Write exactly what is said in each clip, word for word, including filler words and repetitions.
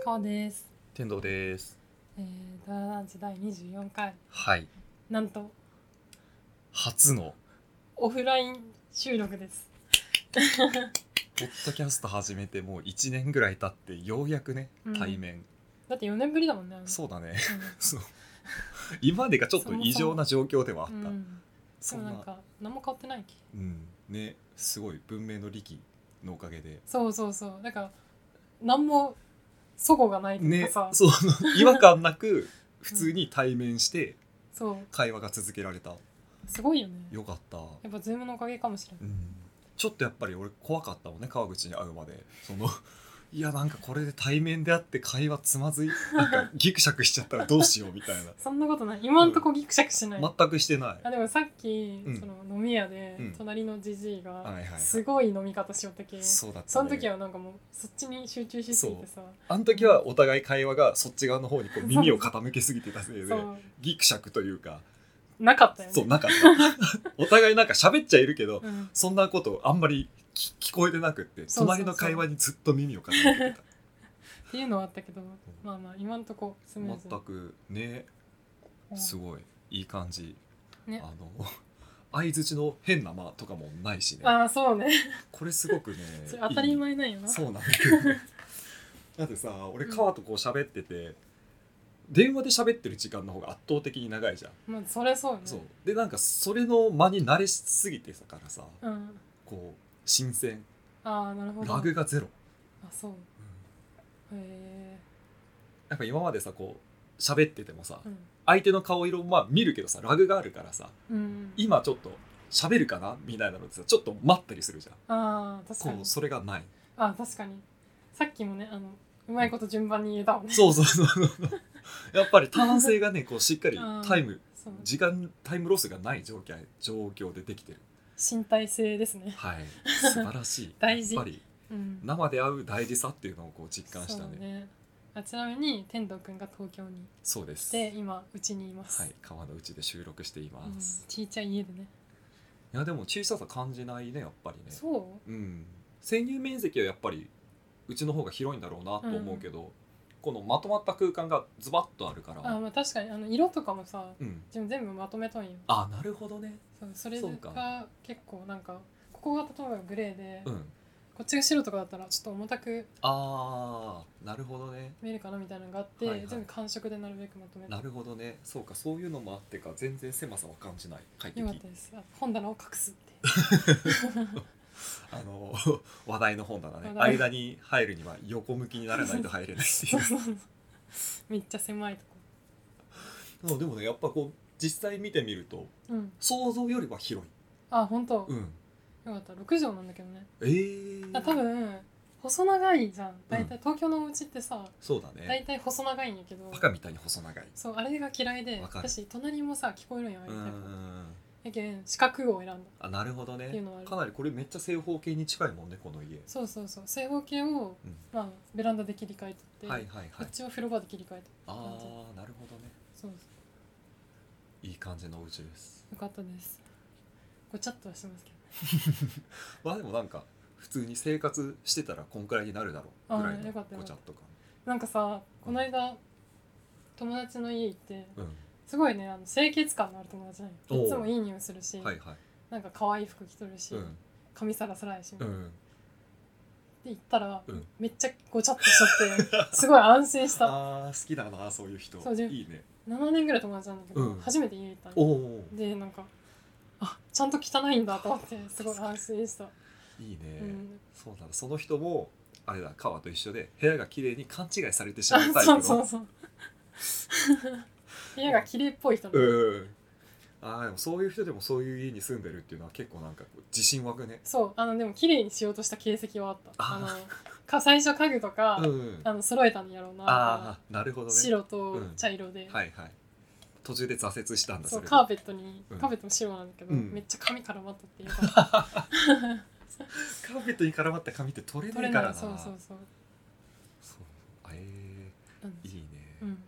川です。 天童です。 えー、ダラランチだいにじゅうよんかい。 はい。 なんと初のオフライン収録です。 ポッドキャスト始めてもういちねんぐらい経ってようやくね、うん、対面。 だってよねんぶりだもんね。 そうだね。うん、そう。今までがちょっと異常な状況ではあった。 うん、そんなでもなんか何も変わってないっけ。 うんね、すごい文明の利器のおかげで。 そうそうそう。だから何も齟齬がないというかさ、 ね、そう違和感なく普通に対面して会話が続けられた、うん、 すごいよね。 よかった。やっぱズームのおかげかもしれない、 うん、ちょっとやっぱり俺怖かったもんね、川口に会うまで。そのいやなんかこれで対面で会って会話つまずいなんかギクシャクしちゃったらどうしようみたいなそんなことない、今んとこギクシャクしない、 うん、全くしてない。 あでもさっき、うん、その飲み屋で隣のジジイがすごい飲み方しよったけ、そうだったね、その時はなんかもうそっちに集中しすぎてさ、 あの時はお互い会話がそっち側の方にこう耳を傾けすぎてたせいでギクシャクというかなかったよね。 そうなかったお互いなんか喋っちゃいるけど、うん、そんなことあんまり聞こえてなくって隣の会話にずっと耳を傾けてたっていうのはあったけど、まあまあ今んとこスムーズ。 全くね、すごいいい感じ、ね、あの相づちの変な間とかもないしね。 ああそうね、 これすごくねそれ当たり前なんよな。 そうなんだけどねだってさ俺川とこう喋ってて、うん、電話で喋ってる時間の方が圧倒的に長いじゃん。 まあそれそうね。 そうでなんかそれの間に慣れすぎてさからさ、 うん、 こう新鮮、 ああなるほど、 ラグがゼロ。 あそう、うん、へえ。 やっぱ今までさこう喋っててもさ、うん、相手の顔色まあ見るけどさラグがあるからさ、うん、今ちょっと喋るかなみたいなのでさちょっと待ったりするじゃん。 あ確かに。 こうそれがない。 あ確かにさっきもねあのうまいこと順番に言えたもんね。 そうそうそうそうやっぱり単性がねこうしっかりタイム時間タイムロスがない状況状況でできてる。 身体性ですね。 はい素晴らしい大事。 やっぱり、うん、生で会う大事さっていうのをこう実感した ね, ね。あちなみに天童くんが東京にそうですで今うちにいます。 はい川のうちで収録しています、 うん、ちいちゃい家でね。 いやでも小ささ感じないねやっぱりね。 そう、 うん、占有面積はやっぱりうちの方が広いんだろうなと思うけど、うん、このまとまった空間がズバッとあるから。 あ、まあ、確かにあの色とかもさ、うん、自分全部まとめとんよ。 あなるほどね。 そうそれが結構なんかここが例えばグレーで、 うん、こっちが白とかだったらちょっと重たくあーなるほどね見えるかなみたいなのがあって、はいはい、全部寒色でなるべくまとめて。 なるほどね。そうかそういうのもあってか全然狭さは感じない。快適。 よかったです。本棚を隠すってあの話題の本棚ね、間に入るには横向きにならないと入れないっていうめっちゃ狭いとこでもねやっぱこう実際見てみると、うん、想像よりは広い。 あ本当、 うん、 よかった。ろくじょうなんだけどね。 えー、 多分細長いじゃん大体、うん、東京のお家ってさ。 そうだね大体細長いんやけどバカみたいに細長い。 そうあれが嫌いで私隣もさ聞こえるんやあれうんやけん四角を選んだ。 あなるほどね。 っていうのはある。 かなりこれめっちゃ正方形に近いもんねこの家。 そうそうそう正方形を、うんまあ、ベランダで切り替えとって、 はいはいはい、 こっちを風呂場で切り替えた。 ああなるほどね。 そうそういい感じのお家です。 よかったです。ごちゃっとはしてますけどねまあでもなんか普通に生活してたらこんくらいになるだろうぐらいのごちゃっとか。 なんかさこの間、うん、友達の家行って、 うん、すごいねあの清潔感のある友達なんよ。いつもいい匂いするし、 はいはい、 なんか可愛い服着とるし、うん、髪サラサラやし、うん、で行ったら、うん、めっちゃごちゃっとしちゃってすごい安心したあー好きだなそういう人。そういいね。 ななねんぐらい友達なんだけど、うん、初めて家行ったのでなんかあちゃんと汚いんだと思ってすごい安心したいいね、うん、そうだその人もあれだ川と一緒で部屋が綺麗に勘違いされてしまうタイプのそうそうそう部屋が綺麗っぽい人ね、 うん、あでもそういう人でもそういう家に住んでるっていうのは結構なんかこう自信湧くね。 そうあのでも綺麗にしようとした形跡はあった。あのか最初家具とか、うん、あの揃えたんやろうな。 あなるほどね。白と茶色で、 うん、はいはい途中で挫折したんだ。 そうそれカーペットに、うん、カーペットも白なんだけど、うん、めっちゃ髪絡まったっていうかカーペットに絡まった髪って取れないからな。 そうそうそうそうえー、うん、いいね、うんうん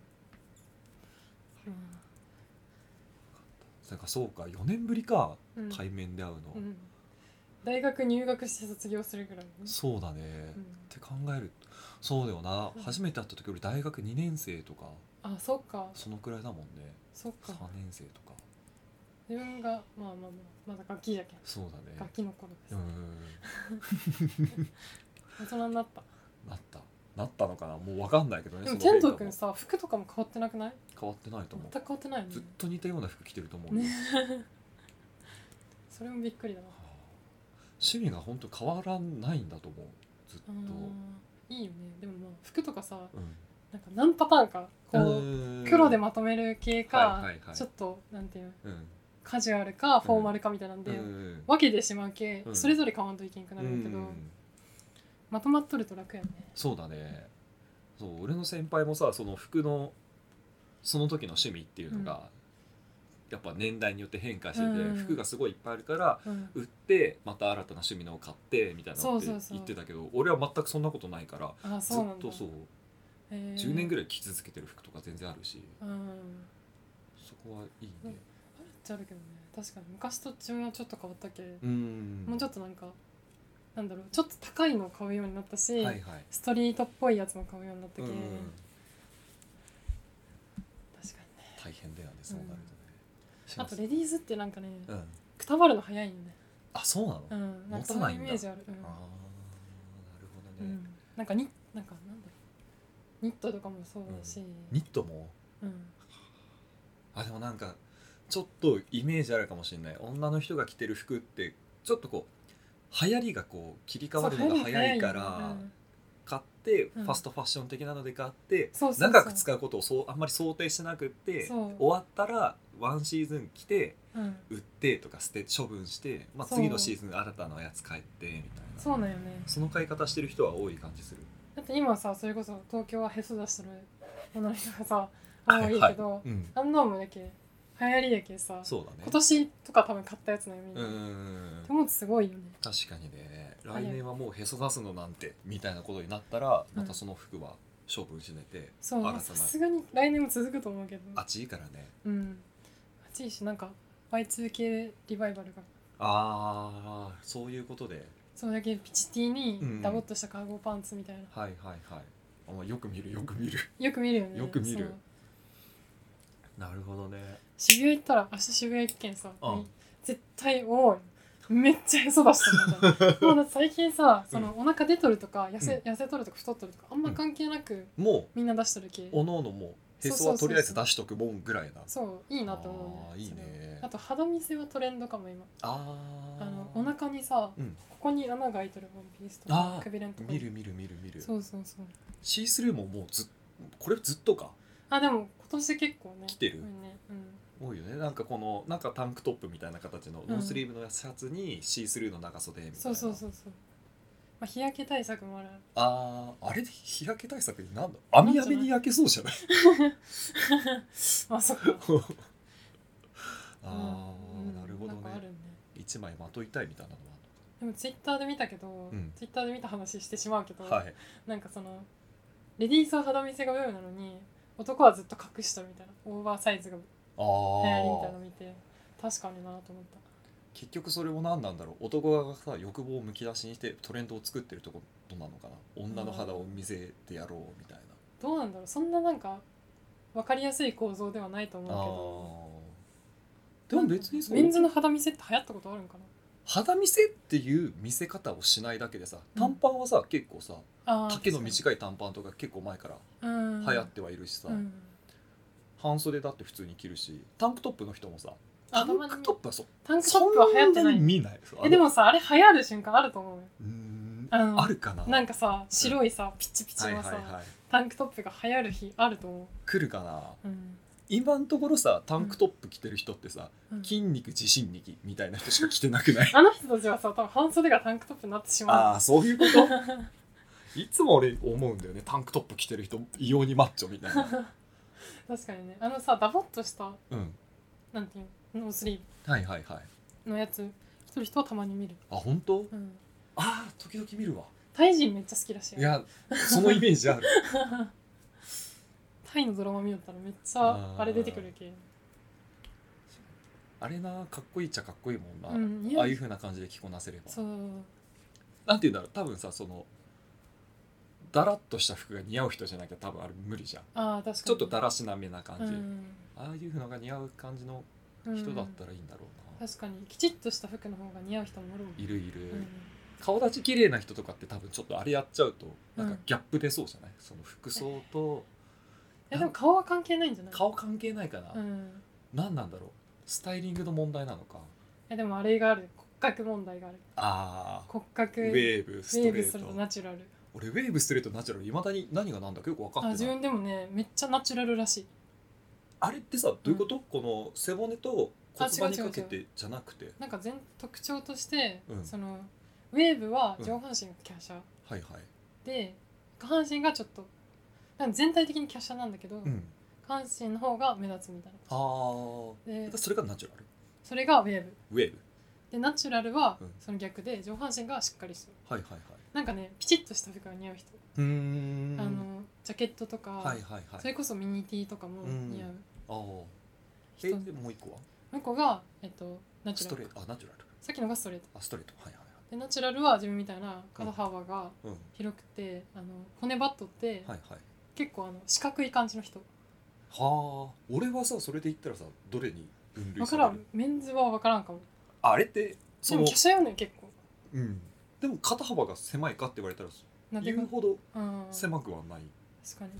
なんかそうかよねんぶりか、うん、対面で会うの、うん、 大学入学して卒業するぐらい、ね、 そうだね、うん、って考えるそうだよな、うん、初めて会った時俺大学にねん生とか、 あそっかそのくらいだもんね。 そっかさんねん生とか自分がまあまあまあまだガキじゃけん。 そうだね、 ガキの頃です。 うん大人になったなったなったのかな、もう分かんないけどね。 でも天童くんさ服とかも変わってなくない？ 変わってないと思う。 全く変わってないよね。 ずっと似たような服着てると思う、 ね、それもびっくりだな。 趣味が本当変わらないんだと思う、ずっと。 いいよね。でもまあ服とかさ、 うん、 なんか何パターンかこう黒でまとめる系か、はいはいはい、ちょっとなんていう、うん、カジュアルかフォーマルかみたいなんで、うん、分けてしまう系、うん、それぞれ買わんといけんくなるんだけど、うん、まとまっとると楽やね。 そうだね。そう俺の先輩もさ、その服のその時の趣味っていうのが、うん、やっぱ年代によって変化してて、うん、服がすごいいっぱいあるから、うん、売ってまた新たな趣味のを買ってみたいなのって言ってたけど、そうそうそう、俺は全くそんなことないから、 あ、そうなんだ。 ずっとそう、えー、じゅうねんぐらい着続けてる服とか全然あるし、うん、そこはいいね。あるっちゃあるけどね。確かに昔と自分はちょっと変わったけ、うん、もうちょっとなんかなんだろう、ちょっと高いのを買うようになったし、はいはい、ストリートっぽいやつも買うようになったけ、うん、確かにね大変だよね、そうなるとね、 うん、あとレディースってなんかね、うん、くたばるの早いよね。 あ、そうなの、 うん、なんかそのイメージある、うん、あ、なるほどね、うん、なんかになんかなんだろう、ニットとかもそうだし、うん、 ニットも、うん、あ、でもなんかちょっとイメージあるかもしれない。女の人が着てる服ってちょっとこう流行りがこう切り替わるのが早いから買って、ファストファッション的なので買って、長く使うことをそうあんまり想定してなくって、終わったらワンシーズン着て売ってとか捨て処分して、まあ、次のシーズン新たなやつ買ってみたいな、 そうなんよね。 その買い方してる人は多い感じする。 だって今さ、それこそ東京はへそ出してる女の人がさ多いけど、はいはい、うん、あんなもんだけ流行りやけさ、そうだね、今年とか多分買ったやつのよみんな。でもすごいよね。 確かにね。来年はもうへそ出すのなんてみたいなことになったら、またその服は処分しねて、 うん、そう、さすがに来年も続くと思うけど。 暑いからね。 うん。暑いし、なんか ワイツーケー リバイバルが。 ああ、そういうことで。 そうだけピチティにダボっとしたカーゴパンツみたいな。 うん、はいはいはい。あ、よく見るよく見る。 よく見るよね。 よく見る。なるほどね。 渋谷行ったら、明日渋谷行くけんさ、うん、絶対おいめっちゃへそ出したみたいな。もうだって最近さ、そのお腹出とるとか痩せ、うん、痩せとるとか太っとるとかあんま関係なく、うん、もうみんな出しとるけ、 おのおのもうへそはとりあえず出しとくもんぐらいな。 そういいなと思うね。 あ、いいね。 あと肌見せはトレンドかも今。ああのお腹にさ、うん、ここに穴が開いてるワンピースとかくびれんとか見る見る見る見る。 そうそうそう。 シースルーももうずこれずっとか。 あ、でも今年結構ね来てる、 ね、 うん、多いよね。なんかこのなんかタンクトップみたいな形のノースリーブのシャツにシースルーの長袖みたいな、 そうそうそうそう、まあ、日焼け対策もある。 ああ、あれで日焼け対策になんだ、網網に焼けそうじゃないあ、そっかああ、うん、なるほどね。あるね、一枚まといたいみたいなのもあるのか。 でもツイッターで見たけど、うん、ツイッターで見た話してしまうけど、はい、なんかそのレディースは肌見せがウェブなのに男はずっと隠しとるみたいな、オーバーサイズが流行りみたいなの見て確かになと思った。 結局それも何なんだろう、男側がさ欲望をむき出しにしてトレンドを作ってるところなのかな。女の肌を見せてやろうみたいな、 どうなんだろう。そんななんか分かりやすい構造ではないと思うけど、でも別にメンズの肌見せって流行ったことあるんかな。 肌見せっていう見せ方をしないだけでさ、短パンはさ、うん、結構さ丈の短い短パンとか結構前から流行ってはいるしさ、うん、半袖だって普通に着るし、タンクトップの人もさ、タンクトップはそタンクトップは流行ってない。 見ない。 え、でもさ、あれ流行る瞬間あると思うよ。 うーん、あ, あるかな。 なんかさ、白いさ、ピチピチのさ、はいはいはい、タンクトップが流行る日あると思う。 来るかな、うん、今のところさ、タンクトップ着てる人ってさ、うん、筋肉自信力みたいな人しか着てなくない？ あの人たちはさ、多分半袖がタンクトップになってしまう。 ああ、そういうこといつも俺思うんだよね、タンクトップ着てる人異様にマッチョみたいな確かにね、あのさ、ダボっとした、うん、なんていうノースリーブ、 はいはいはい、 のやつ着てる人はたまに見る。 あ、本当？うん、ああ、時々見るわ。 タイ人めっちゃ好きらしい。 いや、そのイメージあるタイのドラマ見よったらめっちゃあれ出てくるけ。 あれな、かっこいいっちゃかっこいいもんな、うん、ああいう風な感じで着こなせれば。 そう、 なんていうんだろう、多分さ、そのだらっとした服が似合う人じゃなきゃ多分あれ無理じゃん。 あ確かにちょっとだらしなめな感じ、 うん、 ああいうのが似合う感じの人だったらいいんだろうな、 確かにきちっとした服の方が似合う人もいるもん。 いるいる、 うん、 顔立ち綺麗な人とかって多分ちょっとあれやっちゃうとなんかギャップ出そうじゃない、うん、その服装と。 えでも顔は関係ないんじゃない？ 顔関係ないかな、 うん、 何なんだろう、スタイリングの問題なのか。 えでもあれがある、骨格問題がある。 ああ、 骨格、 ウェーブストレート、ウェーブするとナチュラル。 俺ウェーブストレートナチュラルいまだに何が何だかよく分かってない。あ自分でもねめっちゃナチュラルらしい。 あれってさどういうこと、うん、この背骨と骨盤にかけてじゃなくて、 なんか全特徴として、 うん、 そのウェーブは上半身が華奢、うん、 はいはい、 で下半身がちょっとなんか全体的に華奢なんだけど、 うん、 下半身の方が目立つみたいな。 あでそれがナチュラル、 それがウェーブウェーブで、ナチュラルはその逆で上半身がしっかりしてる、 はいはいはい、 なんかねピチッとした服が似合う人、 うーん、 あのジャケットとか、 はいはいはい、 それこそミニティとかも似合う、 ああ、えでもう一個はもう一個が、えっと、ナチュラル、 ストレート、あナチュラル、 さっきのがストレート、 あストレート、はいはいはい、 でナチュラルは自分みたいな肩幅が広くて、うん、あの骨バットって、はいはい、結構あの四角い感じの人。 はあ、俺はさそれで言ったらさどれに分類される？分からん、メンズは分からんかも。 あれってそのでも華奢よね結構、 うん、でも肩幅が狭いかって言われたら言うほど狭くはない、 確かに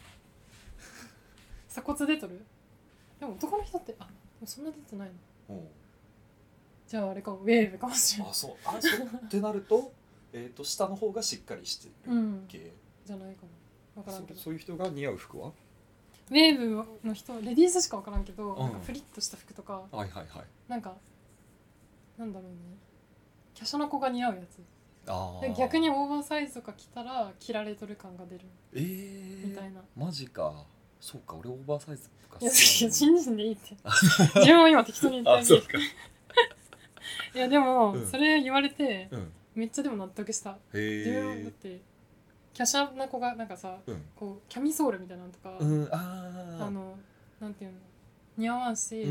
鎖骨出とる？でも男の人ってあでもそんな出てないの？じゃああれかウェーブかもしれない。 あそうあそうってなるとえと下の方がしっかりしてる系、うん、 じゃないかな、分からんけど。 そ, そういう人が似合う服はウェーブの人レディースしか分からんけど、うん、なんかフリッとした服とか、 はいはいはい、 なんかなんだろうね、華奢な子が似合うやつ。 あで逆にオーバーサイズとか着たら着られとる感が出る、 えー、 みたいな。 マジか。そうか、俺オーバーサイズとかいや信じんでいいって自分も今適当に言ったんでいやでも、うん、それ言われて、うん、めっちゃでも納得した。自分だって華奢な子がなんかさ、うん、こうキャミソールみたいなのとか、うん、ああのなんていうの似合わんし、うん、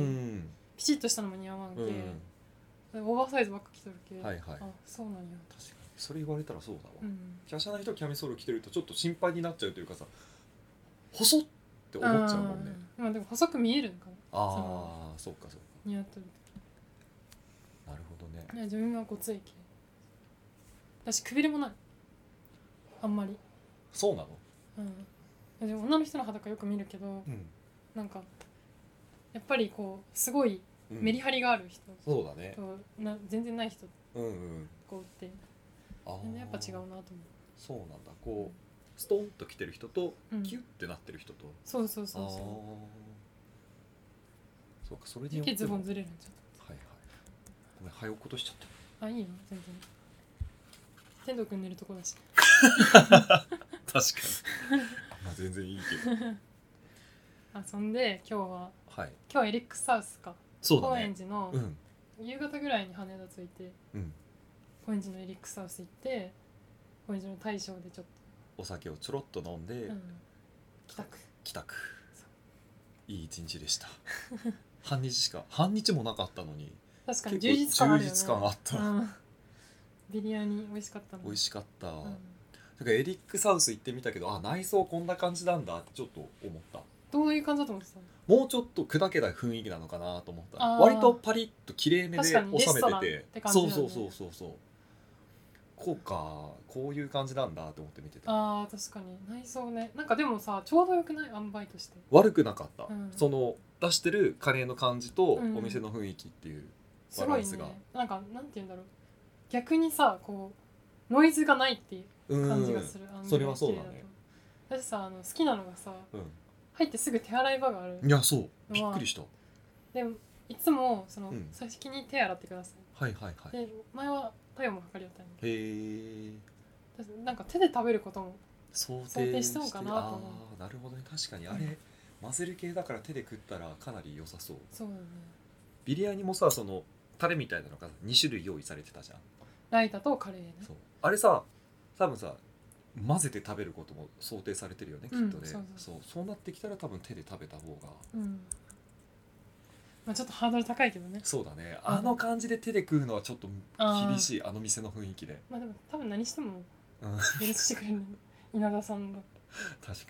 ピチッとしたのも似合わんけ、うん、オーバーサイズばっか着とるけ、はいはい、あそうなんや。 確かにそれ言われたらそうだわ、うん、華奢な人キャミソール着てるとちょっと心配になっちゃうというかさ、細って思っちゃうもんね。 まあでも細く見えるのかな。 ああそうかそうか、 似合ってる。 なるほどね。 いや自分はごつい系私くびれもないあんまり。 そうなの？ うん、でも女の人の裸よく見るけど、うん、なんかやっぱりこうすごいメリハリがある人と、うん、そうだね、な全然ない人、うんうん、こうって全然やっぱ違うなと思う。 そうなんだ、こうストンと着てる人と、うん、キュッてなってる人と、 そうそうそうそう、 そうか、それによってズボンずれるんちゃった。 はいはい、ごめん早起ことしちゃった。 あ、いいよ全然。天童くん寝るとこだし確かにまあ全然いいけどあ、そんで今日は、はい、今日エリックスハウスか、 そうだね、 高円寺の、うん、夕方ぐらいに羽田着いて、うん、高円寺のエリックスハウス行って高円寺の大将でちょっとお酒をちょろっと飲んで、うん、 帰宅帰宅いい一日でした半日しか半日もなかったのに確かに充実感あるよね。 充実感あった、うん、 ビリヤニ美味しかったの。 美味しかった、うん、だからエリックスハウス行ってみたけど、あ、内装こんな感じなんだってちょっと思った。 どういう感じだと思ってたの？もうちょっと砕けた雰囲気なのかなと思った。割とパリッと綺麗めで収めてて、 て感じだね、 そうそうそうそうそう、こうか、こういう感じなんだと思って見てた。 あー確かに内装ね、なんかでもさちょうどよくない？塩梅として悪くなかった、うん、その出してるカレーの感じとお店の雰囲気っていうバランスが、うん、すごいね。 なんかなんて言うんだろう、逆にさこうノイズがないっていう感じがする、 うん、それはそうだね。 私さあの好きなのがさ、うん、入ってすぐ手洗い場がある。 いやそうびっくりした。 でもいつもその、うん、先に手洗ってください。 はいはいはい。 で前は体温も測りよったんや。へえ。なんか手で食べることも想定してもかなと思う。 ああなるほどね、確かにあれ、うん、混ぜる系だから手で食ったらかなり良さそう。 そうだね。 ビリヤニもさそのタレみたいなのがに種類用意されてたじゃん。 ライタとカレーね。 そうあれさ多分さ混ぜて食べることも想定されてるよね、きっとね、うん、そうそうそう、そうなってきたら多分手で食べた方が、うんまあ、ちょっとハードル高いけどね。 そうだね、あの感じで手で食うのはちょっと厳しい。 あ, あの店の雰囲気で、 まあでも多分何しても許してくれる稲田さんだった確か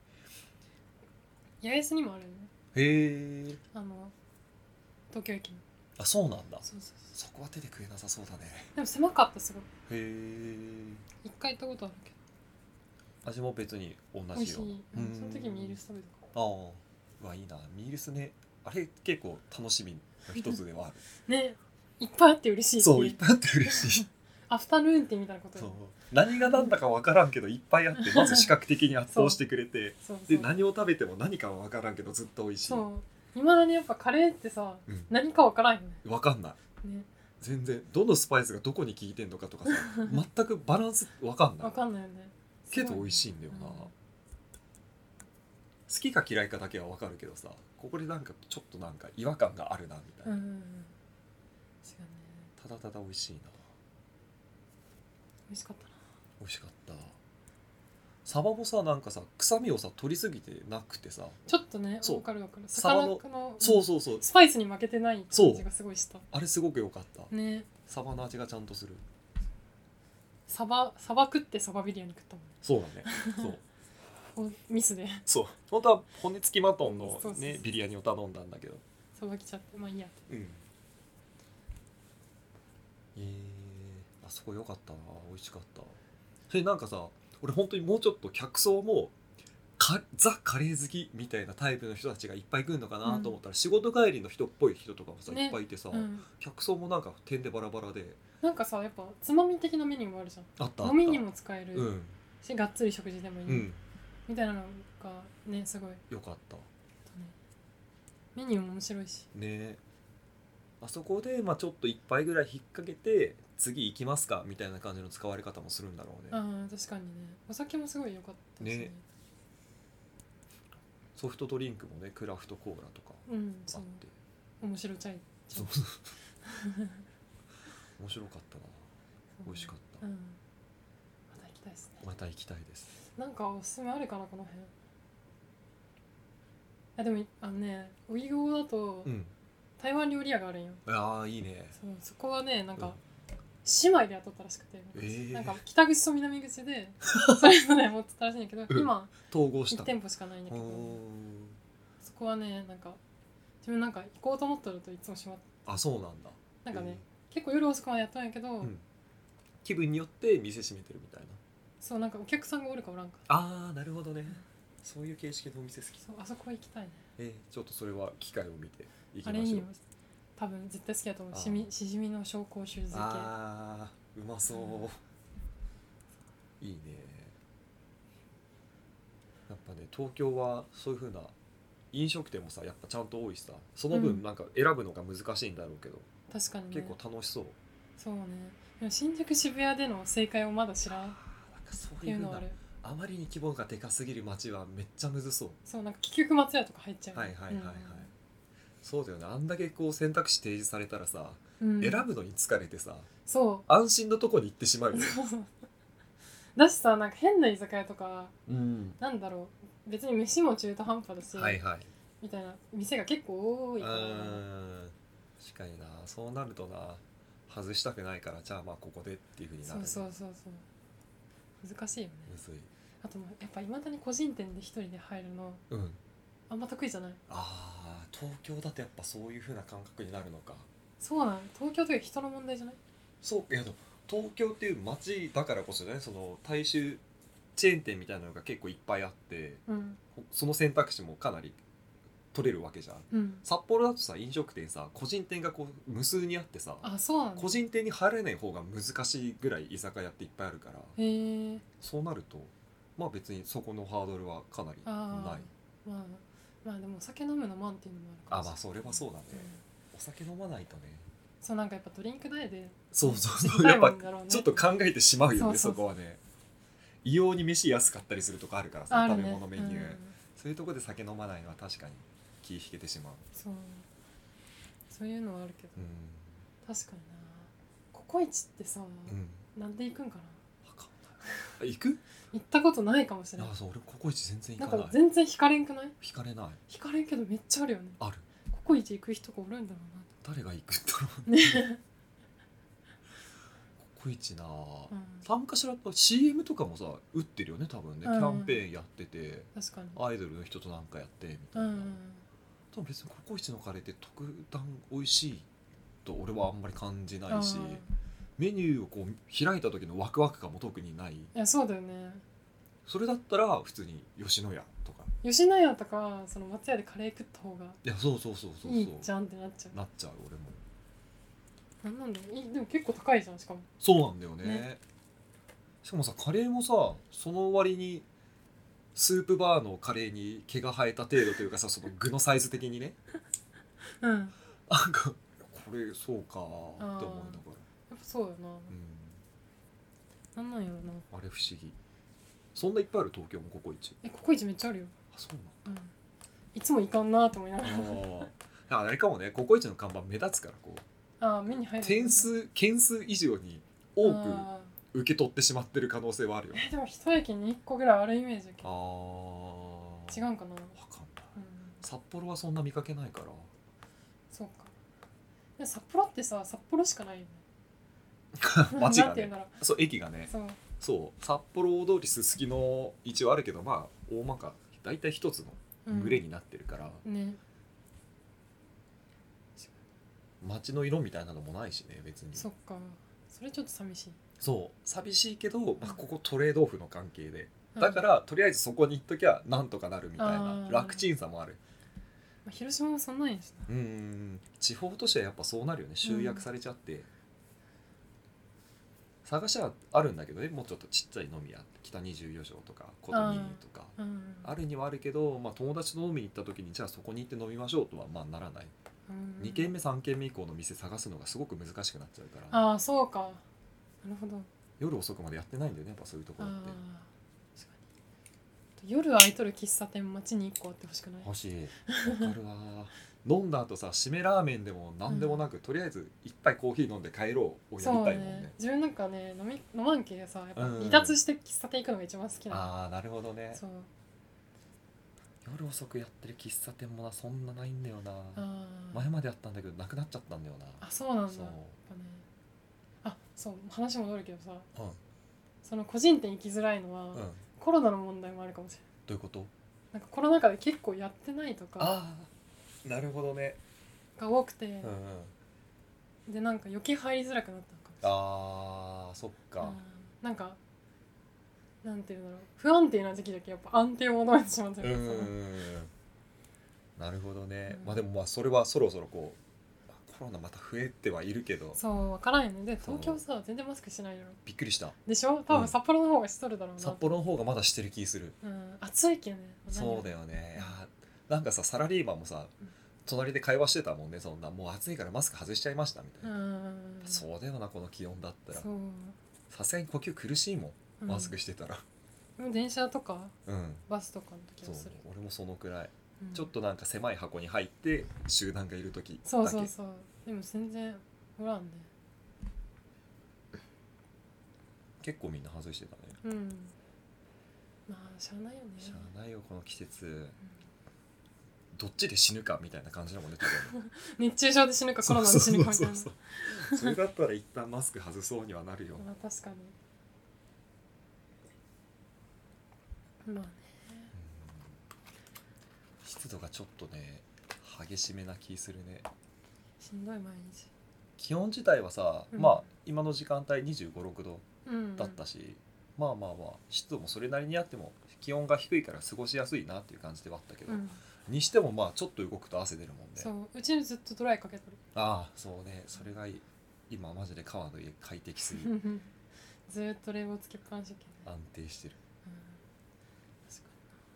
に八重洲にもあるよね。 へえあの東京駅の。 あそうなんだ。 そうそうそう。 そこは手で食えなさそうだね。 でも狭かったすごい。 へえ一回行ったことあるけど味も別に同美味しい。 じよ。 うん、その時ミールス食べたかああうわいいなミールスね。あれ結構楽しみの一つではあるね。いっぱいあって嬉しいってそういっぱいあって嬉しいアフタヌーンティーみたいなことそうよ。 何が何だか分からんけどいっぱいあってまず視覚的に圧倒してくれてそうそうで何を食べても何かは分からんけどずっと美味しい。 そういまだにやっぱカレーってさ、うん、何か分からんよね。 分かんない、ね、全然どのスパイスがどこに効いてんのかとかさ全くバランス分かんない。 分かんないよね。 けど美味しいんだよな、うん、好きか嫌いかだけは分かるけどさここでなんかちょっとなんか違和感があるなみたいな、うんうんうん、ただただ美味しいな。 美味しかったな。 美味しかった。サバもさなんかさ臭みをさ取りすぎてなくてさちょっとね分かる分かる。 サバのそうそうそうスパイスに負けてない感じがすごいした。 あれすごく良かったね。 サバの味がちゃんとする。 サバサバ食ってサバビリヤニ食ったもん。 そうだねそうミスでそう本当は骨付きマトンの、ね、そうそうそうビリヤニを頼んだんだけどサバ来ちゃってまあいいや。うんえー、あそこ良かったな美味しかった。それなんかさ俺本当にもうちょっと客層もかザ・カレー好きみたいなタイプの人たちがいっぱい来るのかなと思ったら、うん、仕事帰りの人っぽい人とかもさ、ね、いっぱいいてさ、うん、客層もなんか点でバラバラでなんかさやっぱつまみ的なメニューもあるじゃん。 あったあった飲みにも使える、うん、しがっつり食事でもいい、 うん、 みたいなのがねすごいよかった、ね、 メニューも面白いしね。あそこで、まあ、ちょっと一杯ぐらい引っ掛けて次行きますかみたいな感じの使われ方もするんだろうね。 ああ確かにね。お酒もすごい良かったし ね, ねソフトドリンクもねクラフトコーラとかあって、うん、そう面白チャイそう面白かったな。美味しかった、うん、また行きたいですね。 また行きたいです。 なんかおすすめあるかなこの辺。あでもあのねウイゴだと、うん台湾料理屋があるんよ。 ああいいね。 そうそこはねなんか、うん、姉妹で雇ったらしくて、えー、なんか北口と南口でそれぞれ持ってたらしいんだけど、うん、今統合したいち店舗しかないんだけどそこはねなんか自分なんか行こうと思ったらといつも閉まって。 あそうなんだ。 なんかね、えー、結構夜遅くまでやったんやけど、うん、 気分によって店閉めてるみたいな。 そうなんかお客さんがおるかおらんか。 ああなるほどね、うん、そういう形式のお店好き。 そうあそこ行きたいね。 えー、ちょっとそれは機会を見て行きましょう。 あれいいよ多分絶対好きだと思う。しみしじみの紹興酒漬け。 あーうまそう、うん、いいね。やっぱね東京はそういう風な飲食店もさやっぱちゃんと多いしさその分なんか選ぶのが難しいんだろうけど、 うん、確かに、ね、 結構楽しそう。 そうね。でも新宿渋谷での正解をまだ知らん。なんかそういうのある。あまりに規模がでかすぎる街はめっちゃむずそう。 そうなんか結局松屋とか入っちゃう。 はいはいはいはい、うん、そうだよね。あんだけこう選択肢提示されたらさ、うん、選ぶのに疲れてさそう安心のとこに行ってしまうよねだしさなんか変な居酒屋とか、 うん、 なんだろう別に飯も中途半端だし、 はいはい、 みたいな店が結構多いから。 うん確かにな。そうなるとな外したくないからじゃあまあここでっていう風になる、ね、 そうそうそうそう難しいよね。 むずい。 あとやっぱいまだに個人店で一人で入るの、うん、あんま得意じゃない。 ああ東京だとやっぱそういう風な感覚になるのか。 そうなの。東京という人の問題じゃない。 そういや東京っていう街だからこそねその大衆チェーン店みたいなのが結構いっぱいあって、うん、その選択肢もかなり取れるわけじゃん、うん、札幌だとさ飲食店さ個人店がこう無数にあってさあそうなんだ。 個人店に入れない方が難しいぐらい居酒屋っていっぱいあるから。 へそうなるとまあ別にそこのハードルはかなりない。 あまあまあでもお酒飲むのマンっていうのもあるかもしれない。 あまあそれはそうだね、うん、お酒飲まないとね。 そうなんかやっぱドリンク代でそうそうそうやっぱちょっと考えてしまうよね。そこはね異様に飯安かったりするとこあるからさ、ね、食べ物メニュー、うん、そういうとこで酒飲まないのは確かに気引けてしまう。 そうそういうのはあるけど、うん、確かにな。ココイチってさ、うん、なんで行くんかな。 行く行ったことないかもしれない。 あそう俺ココイチ全然行かない。 なんか全然惹かれんくない。 惹かれない。 惹かれんけどめっちゃあるよね。 ある。 ココイチ行く人がおるんだろうな。 誰が行くんだろうねココイチな、 うん、 参加しら シーエム とかもさ打ってるよね多分ね、 うん、 キャンペーンやってて確かにアイドルの人となんかやってみたいな、うん、多分別にココイチのカレーって特段美味しいと俺はあんまり感じないし、メニューをこう開いた時のワクワク感も特にない。いやそうだよね。 それだったら普通に吉野家とか吉野家とかその松屋でカレー食った方がいやそうそうそうそうそういいじゃんってなっちゃうなっちゃう俺も。 なんなんだろう、でも結構高いじゃんしかも。 そうなんだよ ね, ねしかもさカレーもさその割にスープバーのカレーに毛が生えた程度というかさその具のサイズ的にねうんなんかこれそうかって思いながらやっぱそうよな、うん、なんなんやろなあれ不思議。そんないっぱいある東京もココイチ。 えココイチめっちゃあるよ。 あそうなんだ、 うん、いつも行かんなと思いながらああれかもねココイチの看板目立つからこうあ目に入る点数件数以上に多く受け取ってしまってる可能性はあるよ。 えでも一駅にいっこぐらいあるイメージだけど。 あ違うんかな。わかんない、うん、札幌はそんな見かけないから。 そうか。で札幌ってさ札幌しかないよね街がねそう駅がねそうそう札幌大通りすすきの一応あるけどまあ大まか大体一つの群れになってるから、 うんね、 街の色みたいなのもないしね別に。 そっかそれちょっと寂しい。 そう寂しいけど、まあ、ここトレードオフの関係で、うん、だからとりあえずそこに行っときゃなんとかなるみたいな楽ちんさもある。 まあ、広島もそんなんやしな。 うん地方都市はやっぱそうなるよね集約されちゃって、うん、探しはあるんだけどねもうちょっとちっちゃい飲み屋北にじゅうよ条とかコトニーとか あ,、うん、あるにはあるけど、まあ、友達と飲みに行った時にじゃあそこに行って飲みましょうとはまあならない、うん、に軒目さん軒目以降の店探すのがすごく難しくなっちゃうから。 ああそうかなるほど。 夜遅くまでやってないんだよねやっぱそういうところって。 確かに夜空いとる喫茶店街にいっこあってほしくない？ 欲しいわかるわ飲んだ後さ締めラーメンでも何でもなく、うん、とりあえず一杯コーヒー飲んで帰ろうをやりたいもん ね, ね自分なんかね飲み飲まんけさやっぱ離脱して喫茶店行くのが一番好きなの、 うん、ああなるほどね。 そう夜遅くやってる喫茶店もなそんなないんだよな。前まであったんだけどなくなっちゃったんだよな。 あそうなんだ。そうやっぱねあそう話戻るけどさ、うん、その個人店行きづらいのは、うん、コロナの問題もあるかもしれない。 どういうこと？ なんかコロナ禍で結構やってないとかあなるほどねが多くて、うんうん、でなんか余計入りづらくなったのかもしれない。 あーそっか、 うん、なんかなんていうんだろう不安定な時期だけやっぱ安定を求めてしまってるからさ。 なるほどね、うん、まあでもまあそれはそろそろこうコロナまた増えてはいるけどそう分からんよね。で東京さ全然マスクしてないよ。 びっくりしたでしょ多分札幌の方がしとるだろうな、うん、 札幌の方がまだしてる気する、 うん、暑いけどね。 そうだよね。いやなんかさサラリーマンもさ、うん、隣で会話してたもんね。そんなもう暑いからマスク外しちゃいましたみたいな。うんそうだよなこの気温だったらさすがに呼吸苦しいもん、うん、マスクしてたら。 でも電車とか、 うん、 バスとかの時はする。 そう俺もそのくらい、うん、ちょっとなんか狭い箱に入って集団がいる時だけ。 そうそうそうでも全然おらんね。 結構みんな外してたね。 うんまあしゃあないよね。 しゃあないよこの季節、うん、どっちで死ぬかみたいな感じだもんね多分熱中症で死ぬかコロナで死ぬかみたいな。 そうそうそうそうそれだったら一旦マスク外そうにはなるよ。 まあ確かにまあね、 うん、湿度がちょっとね激しめな気するね。 しんどい毎日。 気温自体はさ、うん、まあ今の時間帯にじゅうご、ろくどだったし、うんうん、まあまあまあ湿度もそれなりにあっても気温が低いから過ごしやすいなっていう感じではあったけど、うん、にしてもまあちょっと動くと汗出るもんね。 そううちにずっとドライかけとる。 ああそうねそれがいい。今マジで川の家快適すぎるずっと冷房つけっぱなし、ね、 安定してる、うん、確か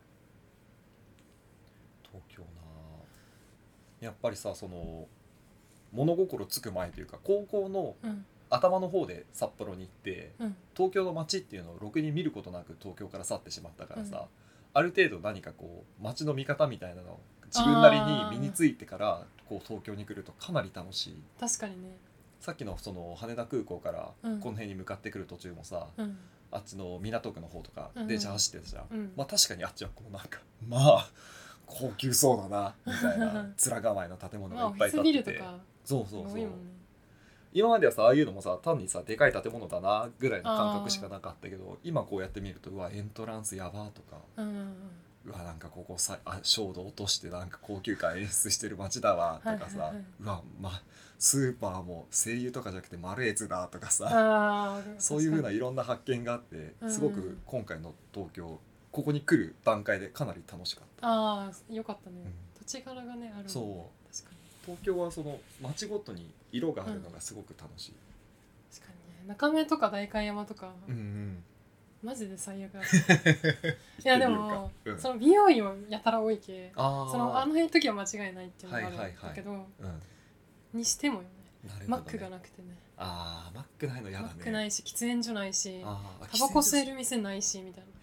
に東京なやっぱりさその物心つく前というか高校の頭の方で札幌に行って、うん、東京の街っていうのをろくに見ることなく東京から去ってしまったからさ、うん、ある程度何かこう街の見方みたいなのを自分なりに身についてからこう東京に来るとかなり楽しい。 確かにね。 さっきのその羽田空港からこの辺に向かってくる途中もさ、うん、あっちの港区の方とか電車走ってたじゃん、うん、まあ確かにあっちはこうなんかまあ高級そうだなみたいな面構えの建物がいっぱい建ってて、まあ、そうそうそう、ね、 今まではさああいうのもさ単にさでかい建物だなぐらいの感覚しかなかったけど、今こうやって見るとうわエントランスやばとか、 うん、 うわなんかここさあ照度落としてなんか高級感演出してる街だわとかさ、はいはいはい、うわまスーパーも声優とかじゃなくてマルエツだとかさ、 あそういう風ないろんな発見があってすごく今回の東京ここに来る段階でかなり楽しかった。 ああよかったね、うん、土地柄がねあるもんね。 そう確かに東京はその街ごとに色があるのがすごく楽しい、うん、 確かにね中目とか代官山とか、 うんうん、 マジで最悪だったいやでも、うん、その美容院はやたら多いけあそのあの辺の時は間違いないっていうのがあるんだけど、はいはいはいうん、にしてもよねマックがなくてねあーマックないのやだねマックないし喫煙所ないしタバコ吸える店ないしみたいな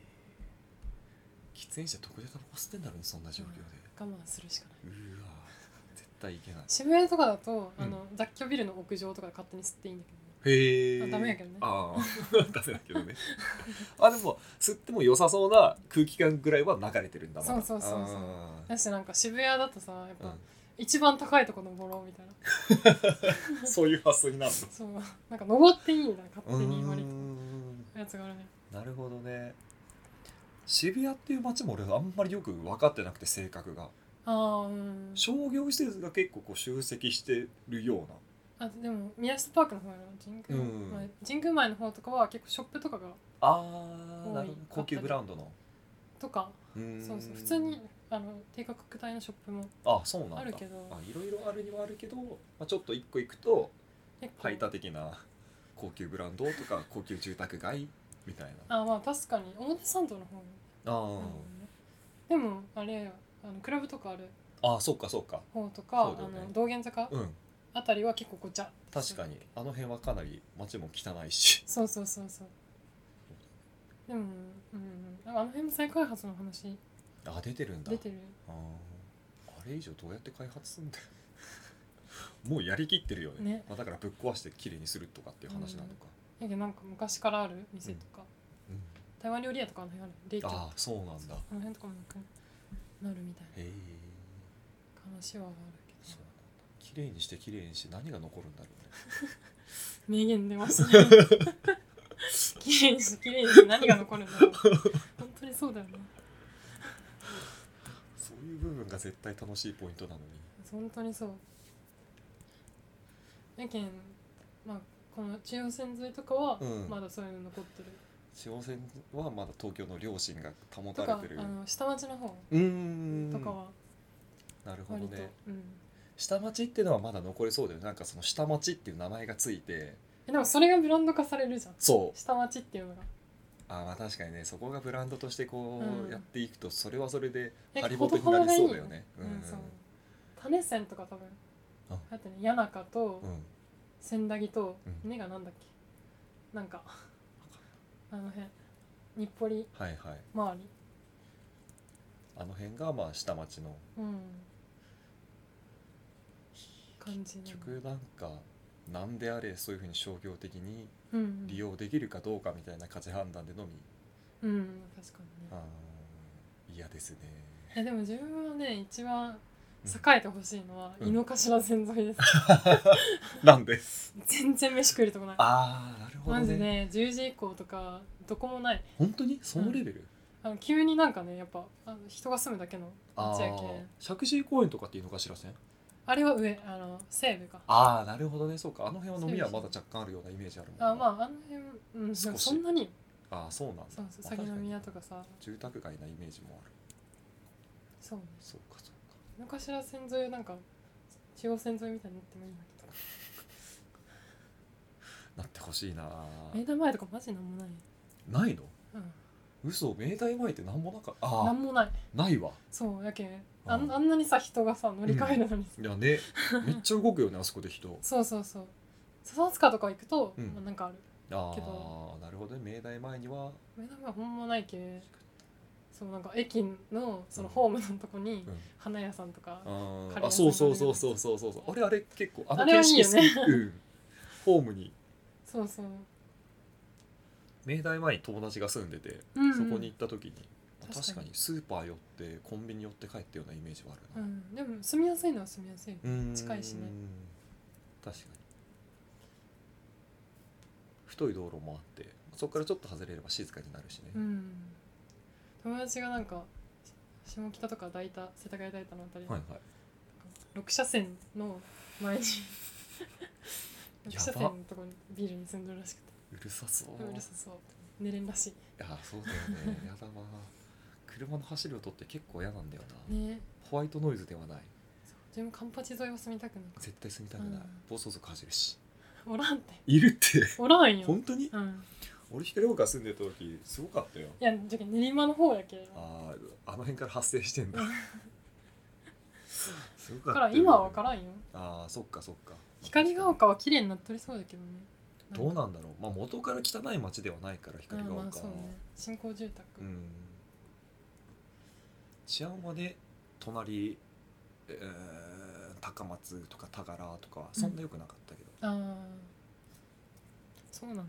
喫煙者どこでタバコ吸ってんだろうねそんな状況で、 うん、我慢するしかないうわ絶対いけない渋谷とかだと、うん、あの雑居ビルの屋上とかで勝手に吸っていいんだけどへえダメやけどねああダメだけどねあでも吸っても良さそうな空気感ぐらいは流れてるんだそうそうそうそうだしなんか渋谷だとさやっぱ、うん、一番高いとこ登ろうみたいなそういう発想になるのそうなんか登っていいんだ勝手に割とやつがあるねなるほどね渋谷っていう街も俺あんまりよく分かってなくて性格があ、うん、 商業施設が結構こう集積してるようなあでも宮下パークの方やろ神宮、うんまあ、神宮前の方とかは結構ショップとかがああなるほど高級ブランドのとかそうそう普通にあの低価格帯のショップもあそうなんだあるけどあいろいろあるにはあるけど、まあ、ちょっと一個行くと排他的な高級ブランドとか高級住宅街みたいなあまあ確かに表参道の方にあ、うん、 でもあれあのクラブとかあるあそうかそうか方とか、ね、あの道玄坂、うんあたりは結構ごちゃ確かにあの辺はかなり街も汚いしそうそうそうそうでも、うん、あの辺も再開発の話あ出てるんだ出てるああれ以上どうやって開発するんだよもうやりきってるよね、ねまあ、だからぶっ壊してきれいにするとかっていう話なのか、 うん、いやなんか昔からある店とか、うんうん、台湾料理屋とかあの辺あるレイチョあそうなんだあの辺とかもなるみたいなへえ話はある綺麗にして綺麗にして何が残るんだろうね名言出ましたね綺麗にして綺麗にして何が残るんだろう本当にそうだよねそういう部分が絶対楽しいポイントなのに本当にそうやけんまあこの中央線沿いとかはまだそういうの残ってる、 うん、中央線はまだ東京の良心が保たれてるとかあの下町の方とかはなるほどね、 うん下町っていうのはまだ残りそうだよねなんかその下町っていう名前がついてでもそれがブランド化されるじゃんそう下町っていうのがあまあ確かにねそこがブランドとしてこうやっていくとそれはそれでハリボテになりそうだよね種線とか多分だってね谷中と千駄木と根がなんだっけなんかあの辺日暮里周り、はいはい、 あの辺がまあ下町のうん結局なんかなんであれそういうふうに商業的に利用できるかどうかみたいな価値判断でのみうん、うん、確かにねあ嫌ですねえでも自分はね一番栄えてほしいのは井の頭線沿いです、 うん、なんで全然飯食えるとこないあーなるほどねマジねじゅうじ以降とかどこもない本当にそのレベル、 うん、あの急になんかねやっぱあの人が住むだけの街やけん石神井公園とかって井の頭線あれは上あの西部かああなるほどねそうかあの辺は飲みはまだ若干あるようなイメージあるもんあまああの辺、うん、そんなにああそうなんだそうそう鷺宮とかさ住宅街なイメージもあるそうねそうかそうか井の頭線沿いなんか中央線沿いみたいになってもいいんだけどなってほしいな明大前とかマジなんもないないのうん嘘明大前ってなんもなかったあなんもないないわそうやけんあん、あんなにさ人がさ乗り換えるのに、 うん、いやねめっちゃ動くよねあそこで人そうそうそう笹塚とか行くと、うんまあ、なんかあるあけどあなるほどね明大前には明大前はほんまないけそうなんか駅のそのホームのとこに花屋さんとか、 うん、ああそうそうそうそうそうそうあれあれ結構あの景色好き、 ねうん、ホームにそうそう明大前に友達が住んでて、うんうん、そこに行った時に確かにスーパー寄ってコンビニ寄って帰ったようなイメージはあるな、 うん、でも住みやすいのは住みやすい近いしね確かに太い道路もあってそこからちょっと外れれば静かになるしね、 うん、友達がなんか下北とか大田世田谷大田のあたり、はいはい、ろく車線の前にろく車線のところにビルに住んでるらしくてうるさそううるさそう寝れんらしい。いやそうだよねやだわ車の走る音って結構嫌なんだよな、 ね、 ホワイトノイズではない。 自分カンパチ沿いは住みたくない。 絶対住みたくない、うん、暴走族走るし。 おらんっているっておらんよ本当に、 うん、 俺光岡住んでた時すごかったよ。 いやじゃ練馬の方やけどあああの辺から発生してんだすごかったよ、ね、 だから今は分からんよ。 ああそっかそっか。 光が丘は綺麗になっとりそうだけどね。 どうなんだろう、まあ、元から汚い町ではないから光が丘は、まあそうね、 新興住宅、うん、 治安はね隣、えー、高松とか田柄とかそんな良くなかったけど、うん、ああそうなんだ、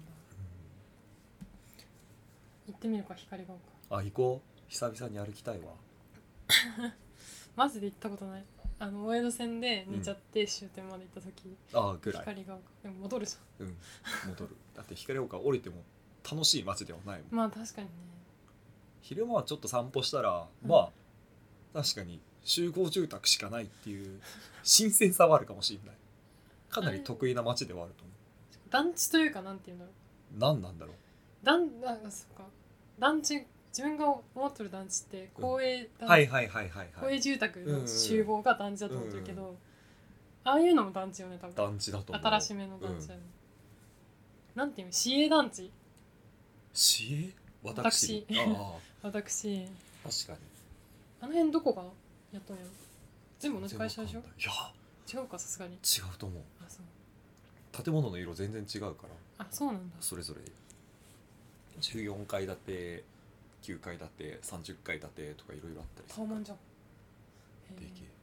うん、行ってみるか光が丘。あ行こう久々に歩きたいわマジで行ったことない。あの大江戸線で寝ちゃって終点まで行った時、 うん、ああぐらい光が丘でも戻るじゃん。うん戻るだって光丘降りても楽しい街ではないもん。 まあ確かにね。 昼間はちょっと散歩したら、うん、まあ確かに集合住宅しかないっていう新鮮さはあるかもしれない。かなり得意な街ではあると思う。 団地というかなんていうんだろう。 何なんだろう。 団あそっか団地自分が思ってる団地って公営団地、 はいはいはいはい公営住宅の集合が団地だと思ってるけど、うんうん、ああいうのも団地よね多分。 団地だと思う。 新しめの団地だよね、うん、なんていうの市営団地。 市営私私あ私確かにあの辺どこがやっとんやろ。全部同じ会社でしょ。いや違うかさすがに。違うと思う。 あそう建物の色全然違うから。 あそうなんだ。 それぞれじゅうよんかい建てきゅうかい建てさんじゅっかい建てとかいろいろあったりする。 タワマンじゃん。 でけえ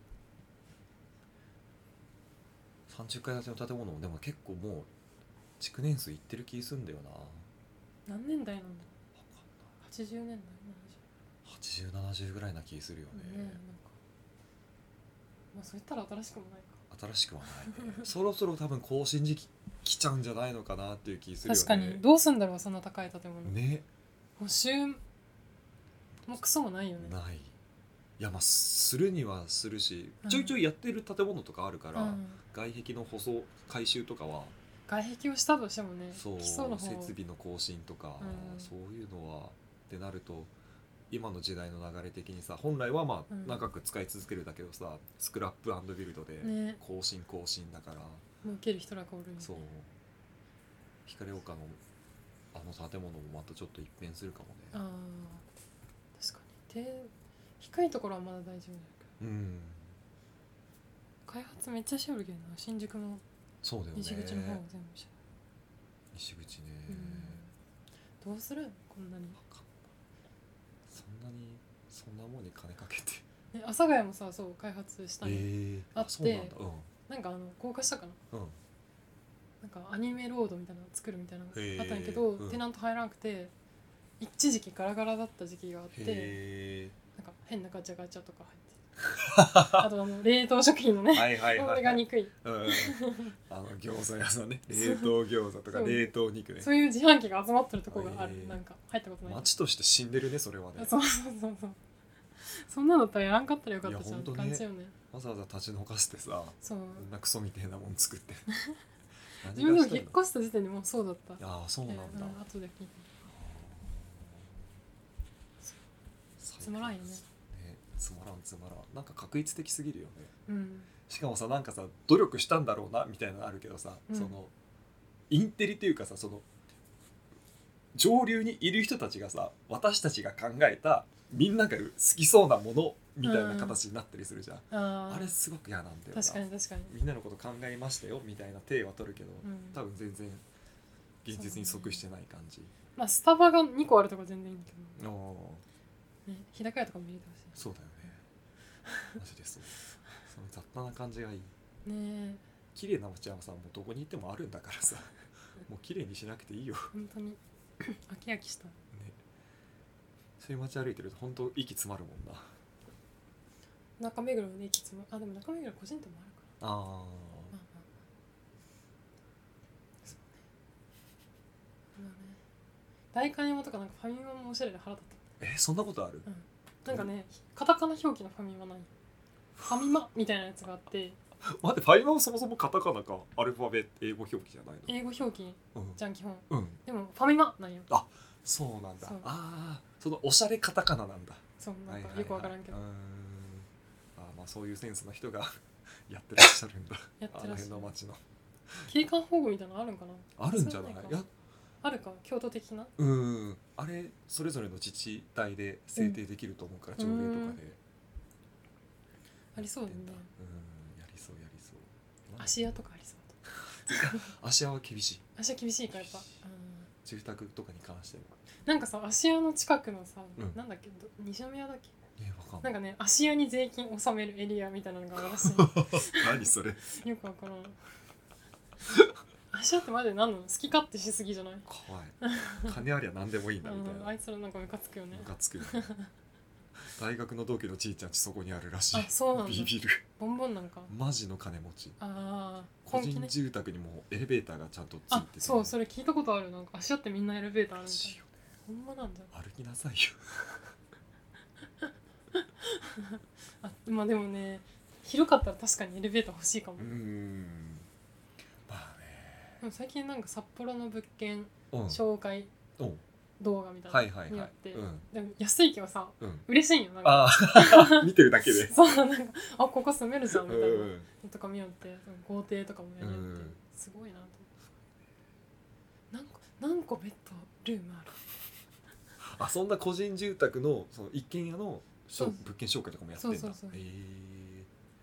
さんじゅっかい建ての建物もでも結構もう築年数いってる気すんだよな。何年代なんだろう。はちじゅうねんだいはちじゅうななじゅうぐらいな気するよね。ねなんかまあそう言ったら新しくもないか。 新しくはないねそろそろ多分更新時期来ちゃうんじゃないのかなっていう気するよね。 確かにどうすんだろうそんな高い建物ね。 補修もクソもないよね。 ない。いやまあするにはするし、うん、ちょいちょいやってる建物とかあるから、うん、外壁の舗装改修とかは外壁をしたとしてもね。 そう基礎の方設備の更新とか、うん、そういうのはってなると今の時代の流れ的にさ本来はまあ長く使い続けるだけどさ、うん、スクラップ&ビルドで更新更新だから、ね、 もう受ける人らがおるん、ね、 そう光岡のあの建物もまたちょっと一変するかもね。 あ確かにで低いところはまだ大丈夫だけど、うん、開発めっちゃしおるけどな新宿のそうだよね西口の方は全部し西口ね、 うん、どうするこんなにそんなにそんなもんに金かけて阿佐ヶ谷もさそう開発したの、えー、あってそうなんだ、うん、 なんかあの高架下かな、うん、なんかアニメロードみたいなの作るみたいなのがあったんやけど、うん、テナント入らなくて一時期ガラガラだった時期があってなんか変なガチャガチャとか入ってあとあの冷凍食品のねはいはいはい、はい、これが憎い、うん、 あの餃子屋さんね冷凍餃子とか冷凍肉ねそういう自販機が集まってるところがある。なんか入ったことない。 街として死んでるねそれはね。 そうそうそうそうそんなのだったらやらんかったらよかったじゃんって感じよね。 わざわざ立ち退かしてさそんなクソみたいなもん作って自分でも引っ越した時点でもうそうだった。 ああそうなんだ、えー、 うん、後で聞いてつまらんよね。 つまらんつまらんなんか確率的すぎるよね、 うん、 しかもさなんかさ努力したんだろうなみたいなのあるけどさ、うん、そのインテリっていうかさその上流にいる人たちがさ私たちが考えたみんなが好きそうなものみたいな形になったりするじゃん、うん、あ, あれすごく嫌なんだよな。 確かに確かにみんなのこと考えましたよみたいな体は取るけど、うん、多分全然現実に即してない感じ、ね、 まあスタバがにこあるとか全然いいけど、ね、日高屋とかも入れてほしい。 そうだよねマジでそうその雑多な感じがいいね。 綺麗な街はさもうどこに行ってもあるんだからさもう綺麗にしなくていいよ本当に飽き飽きした、ね、 そういう街歩いてると本当息詰まるもんな。 中目黒で息詰まる。あでも中目黒個人店もあるから。ああ、まあまあ、そうね。 代官山とかなんかファミマもおしゃれで腹立った。 えそんなことある、 うん、なんかねカタカナ表記のファミマないファミマみたいなやつがあって待ってファミマもそもそもカタカナかアルファベット英語表記じゃないの？ 英語表記じゃん、うん、基本、 うん、でもファミマなんよ。 あそうなんだ。ああそのおしゃれカタカナなんだ。 そうなんかよくわからんけど、はいはいはい、 あまあそういうセンスの人がやってらっしゃるんだやってらっしゃる。あの辺の街の景観保護みたいなのあるんかな。 あるんじゃない？いやあるか京都的な。 うんあれそれぞれの自治体で制定できると思うから、うん、条例とかでありそうだね。うんやりそうやりそう。 芦屋とかありそう芦屋は厳しい。 芦屋厳しいからやっぱ、うん、 住宅とかに関してもなんかさ芦屋の近くのさ、うん、なんだっけ西宮だっけ、 えー、わかんなんかね芦屋に税金納めるエリアみたいなのがあるらしい何それよくわからん芦屋ってマジで何なの？好き勝手しすぎじゃない？ 怖い金ありゃ何でもいいんだみたいな、 うん、あいつらなんかムカつくよね。 ムカつくよね大学の同期のちいちゃんちそこにあるらしい。 あそうなんだ。 ビビる。 ボンボンなんかマジの金持ち。 ああ個人住宅にもエレベーターがちゃんとついてて、ね、 あそうそれ聞いたことある。なんか芦屋ってみんなエレベーターあるみたいな。ほんまなんだ。 歩きなさいよあまあでもね広かったら確かにエレベーター欲しいかも。うーんまあね。 でも最近なんか札幌の物件紹介動画みたいなのにあって、でも安いけどさ、うん、嬉しいんよなんかあ見てるだけでそうなんかあここ住めるじゃんみたいな、うん、とか見よって豪邸とかもやるって、うん、すごいなと思って。何個ベッドルームあるあそんな個人住宅 の, その一軒家の物件紹介とかもやってんだ。そうそうそう。へえ。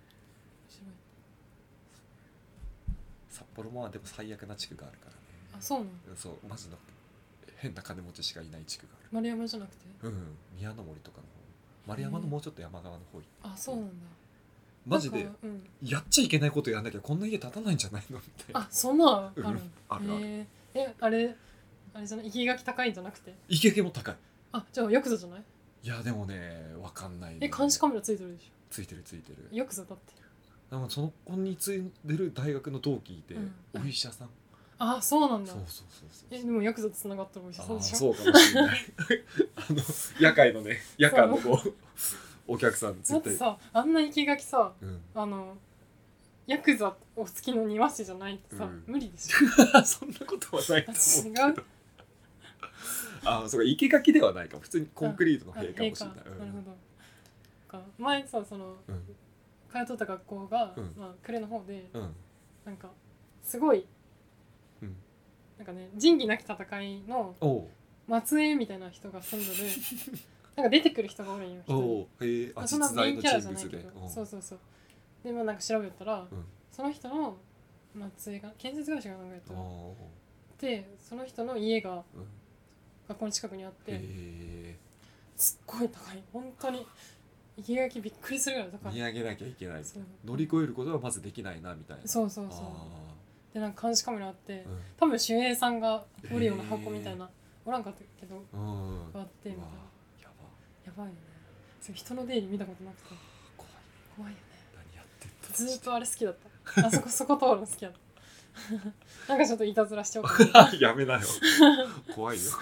札幌もでも最悪な地区があるからね。 あそうなの。 そうマジの変な金持ちしかいない地区がある。 丸山じゃなくてうん宮の森とかの方。丸山のもうちょっと山側の方行って。 あそうなんだ。 マジで、うん、やっちゃいけないことやんなきゃこんな家建たないんじゃないのみたいな。 あそんなある、うん、 あるある。 えー、えあれあれじゃない生きがき高いんじゃなくて生きがきも高い。 あじゃあヤクザじゃない？ いやでもねわかんない、ね、 え監視カメラついてるでしょ。 ついてるついてる。 ヤクザだって。 でもその子についてる大学の同期いて、うん、お医者さん。 あそうなんだ。 そうそうそうそう。 えでもヤクザとつながったらお医者さんでしょ。 そうかもしれないあの夜会のね夜間のこうお客さん絶対だってさあんな生きがきさ、うん、あのヤクザお好きの庭師じゃないってさ、うん、無理でしょそんなことはないと思うけど。違うあそうか生垣ではないかも。普通にコンクリートの塀かもしれない。うん、なるほど。前さその、うん、通っとった学校が、うんまあ、呉の方で、うん、なんかすごい、うん、なんかね仁義なき戦いの末裔みたいな人が住んでるなんか出てくる人が多いんよ。 おへえ。 そんなメインキャラじゃないけどそうそうそう。でまあなんか調べたら、うん、その人の末裔が建設会社がなんかやったらでその人の家が、うん学校の近くにあってすっごい高い本当に生きがきびっくりするぐらい高い。 見上げなきゃいけない。乗り越えることはまずできないなみたいな。 そうそうそうでなんか監視カメラあって、うん、多分守衛さんがおるような箱みたいなおらんかったけど、うん、があってみたいな。やばやばいよね。それ人の出入り見たことなくて怖い怖いよね。 何やってんだずっとあれ好きだったあそこそこ通るの好きだったなんかちょっといたずらしちゃおうかなやめなよ怖いよ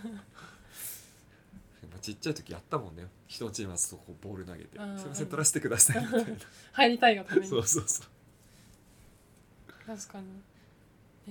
ちっちゃい時やったもんね。人のチームはそこボール投げてすいません取らせてくださいみたいな入りたいがためにそうそうそう確かにえ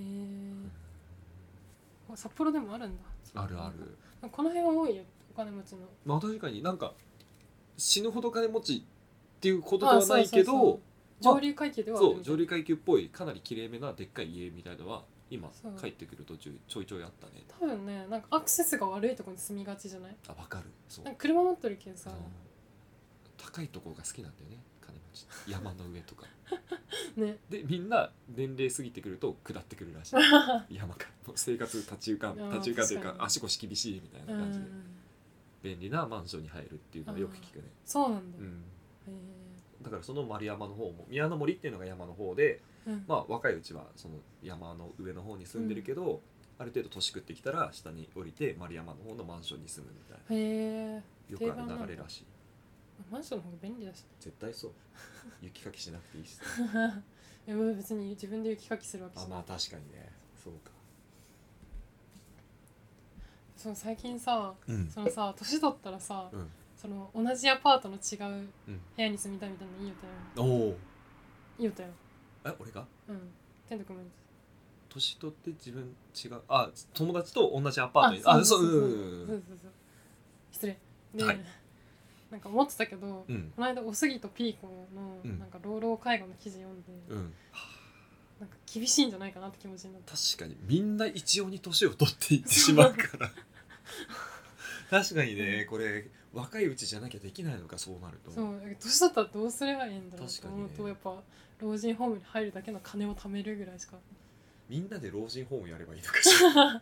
ー、札幌でもあるんだ。 あるある。この辺は多いよお金持ちの。 まあ確かになんか死ぬほど金持ちっていうことではないけど上流階級ではある。 そう上流階級っぽいかなりきれいめなでっかい家みたいのは今帰ってくる途中ちょいちょいあったね。 多分ねなんかアクセスが悪いところに住みがちじゃない？ あ分かる。そうなんか車持ってるけどさ高いところが好きなんだよね金持ち山の上とかねでみんな年齢過ぎてくると下ってくるらしい山から生活立ち行かん立ち行かんというか足腰厳しいみたいな感じで便利なマンションに入るっていうのはよく聞くね。 そうなんだ、うん、へーだからその丸山の方も宮の森っていうのが山の方で、うん、まあ若いうちはその山の上の方に住んでるけど、うん、ある程度年食ってきたら下に降りて丸山の方のマンションに住むみたいな。へーよくある流れらしい。 マンションの方が便利だし、ね、 絶対そう雪かきしなくていいしいや別に自分で雪かきするわけじゃない。 あまあ確かにねそうか。 そう最近さ、 うん、 そのさ年取ったらさ、 うん、 その同じアパートの違う部屋に住みたいみたいなのいいよたよ、 うん、おおいいよたよ。 え俺がうん天徳も年取って自分違うあ友達と同じアパートにあそうそうそうそう失礼で、 はい、 なんか思ってたけど、 うん、 この間おすぎとピーコのなんか老老介護の記事読んで、 うん、 なんか厳しいんじゃないかなって気持ちになった。 確かにみんな一様に年を取っていってしまうから確かにね、これ若いうちじゃなきゃできないのかそうなると。 そう年取ったらどうすればいいんだろうと思うと、ね、やっぱ老人ホームに入るだけの金を貯めるぐらいしか。 みんなで老人ホームやればいいのかしらな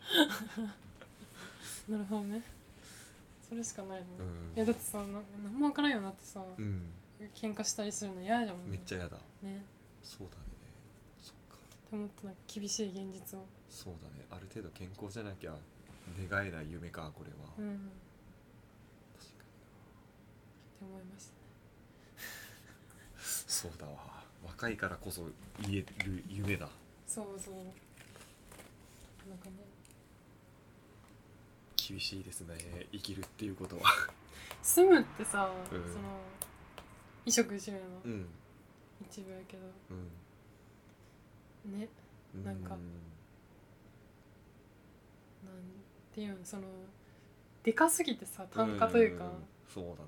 るほどね、それしかないの、うん、いやだってさな何も分からんようになってさ、うん、喧嘩したりするの嫌じゃん。 めっちゃ嫌だね。そうだね。そっかって思ってなんか厳しい現実を。 そうだね、ある程度健康じゃなきゃ願えない夢かこれは。うん。確かに。って思いましたね。 そうだわ。若いからこそ言える夢だ。 そうそう。なんかね。 厳しいですね。生きるっていうことは。 住むってさ、うん、その衣食住の一部やけど、うん、ね、なんか、うん、なんていうのそのでかすぎてさ単価というか、うんうんうん、 そうだね。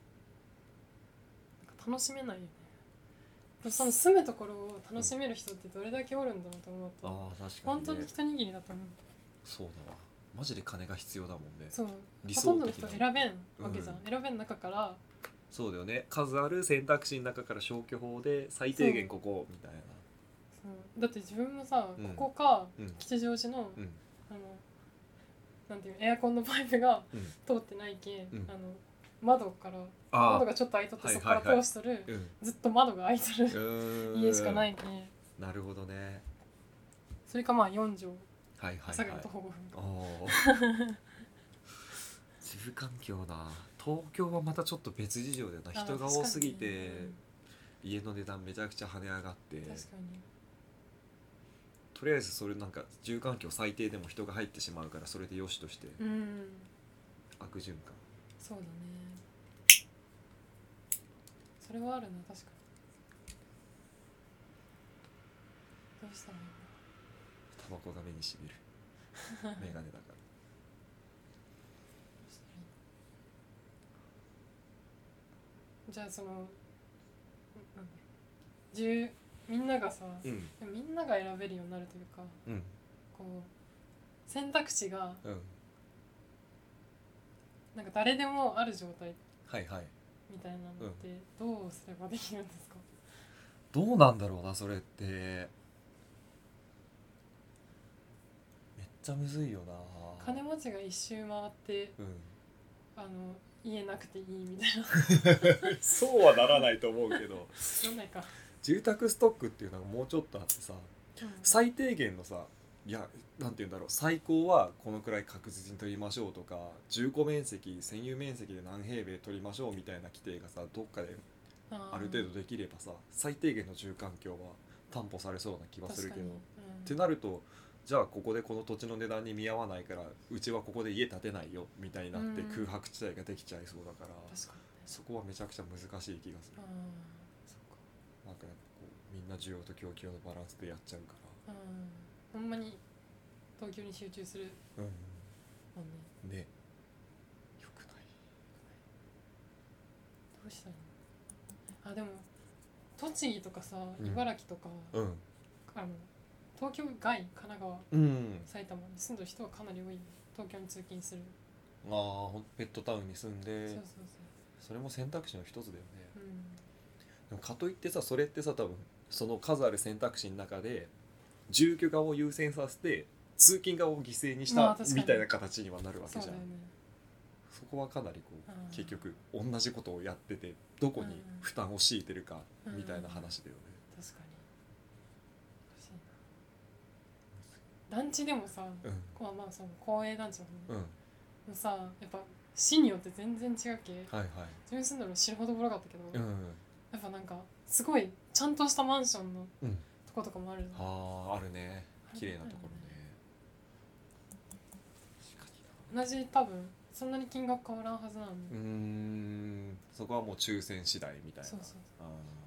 なんか楽しめないよね。その住むところを楽しめる人ってどれだけおるんだろうと思うと、うん、あ、確かにね、本当に一握りだと思う。 そうだわ。マジで金が必要だもんね。 そう理想的なほとんどの人選べんわけじゃん、うん、選べん中からそうだよね、数ある選択肢の中から消去法で最低限ここみたいな。 そうだって自分もさ、うん、ここか、うん、吉祥寺の、うん、あのなんていうエアコンのパイプが通ってないけ、うん、あの窓から窓がちょっと開いとって、そこから通しとる、はいはいはい、ずっと窓が開いとる家しかないけ。 なるほどね。 それかまあよん畳、 はいはいはい、 朝から徒歩ごふんか。 住環境な。東京はまたちょっと別事情でな。人が多すぎて、ね、家の値段めちゃくちゃ跳ね上がって、確かにとりあえずそれなんか住環境最低でも人が入ってしまうから、それでよしとして、うん、悪循環。 そうだね、それはあるな。確かに。どうしたらいいんだ。 タバコが目にしみるメガネだからじゃあそのなんだじみんながさ、うん、みんなが選べるようになるというか、うん、こう選択肢が、うん、なんか誰でもある状態みたいなのってどうすればできるんですか。 どうなんだろうなそれって。めっちゃむずいよな。 金持ちが一周回って、うん、あの家なくていいみたいなそうはならないと思うけどなんないか。 住宅ストックっていうのがもうちょっとあってさ、うん、最低限のさ、いやなんて言うんだろう、最高はこのくらい確実に取りましょうとか、住戸面積占有面積で何平米取りましょうみたいな規定がさどっかである程度できればさ、最低限の住環境は担保されそうな気はするけど、うん、ってなるとじゃあここでこの土地の値段に見合わないからうちはここで家建てないよみたいになって空白地帯ができちゃいそうだから、うん、そこはめちゃくちゃ難しい気がする。なんかこうみんな需要と供給のバランスでやっちゃうから、 うん、ほんまに東京に集中する、うんうん、ね、よくない。 どうしたらいいの。あでも栃木とかさ、茨城とか、うん、あの東京外、神奈川、うん、埼玉に住んでる人はかなり多い。東京に通勤する。 ああ、ペットタウンに住んで、そうそうそう、それも選択肢の一つだよね、うん、でもかといってさ、それってさ、多分その数ある選択肢の中で住居側を優先させて通勤側を犠牲にした、まあ、みたいな形にはなるわけじゃん。 そうだよね。そこはかなりこう結局同じことをやっててどこに負担を強いてるかみたいな話だよね、 うん、確かに。団地でもさ、うん、まあその公営団地もね、うん、もうさやっぱ市によって全然違うけ、はいはい、自分住んだの知るほどぼろかったけど、うん、やっぱなんかすごいちゃんとしたマンションのとことかもある、うん、 ああ、あるね、綺麗なところね。確かにな。 同じ多分そんなに金額変わらんはずなの。 うーんそこはもう抽選次第みたいな。 そうそうそう。 あ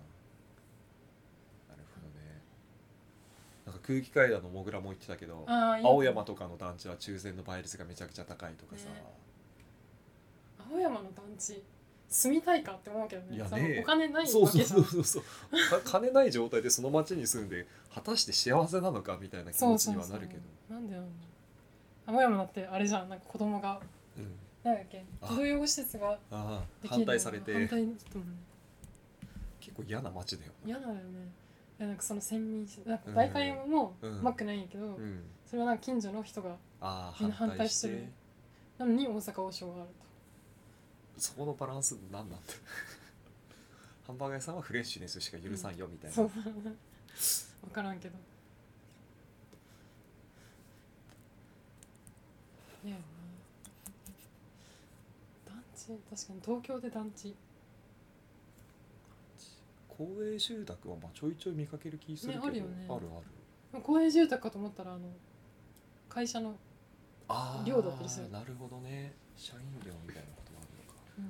なるほどね。なんか空気階段のモグラも言ってたけど、青山とかの団地は抽選の倍率がめちゃくちゃ高いとかさ、ね、 青山の団地住みたいかって思うけどね。 いやね、 お金ないわけじゃん。そうそうそうそう金ない状態でその町に住んで果たして幸せなのかみたいな気持ちにはなるけど。そうそうそうなんでなん青山だってあれじゃん、なんか子供が、うん、なんだっけ児童養護施設ができる反対されて、 反対、ね、 結構嫌な町だよ。 嫌だよね。なんかその先民なんか代官山もうまくないんやけど、うんうん、それはなんか近所の人がみんな反対してる。なのに大阪王将があると。 そこのバランスなんなんだハンバーガー屋さんはフレッシュネスしか許さんよみたいな、 うん、そう分からんけど。いやな団地、確かに東京で団地公営住宅はまあちょいちょい見かける気するけど、ね、あるよね。あるある。 公営住宅かと思ったらあの会社の寮だったりする。 なるほどね。社員寮みたいなこともあるのか、うん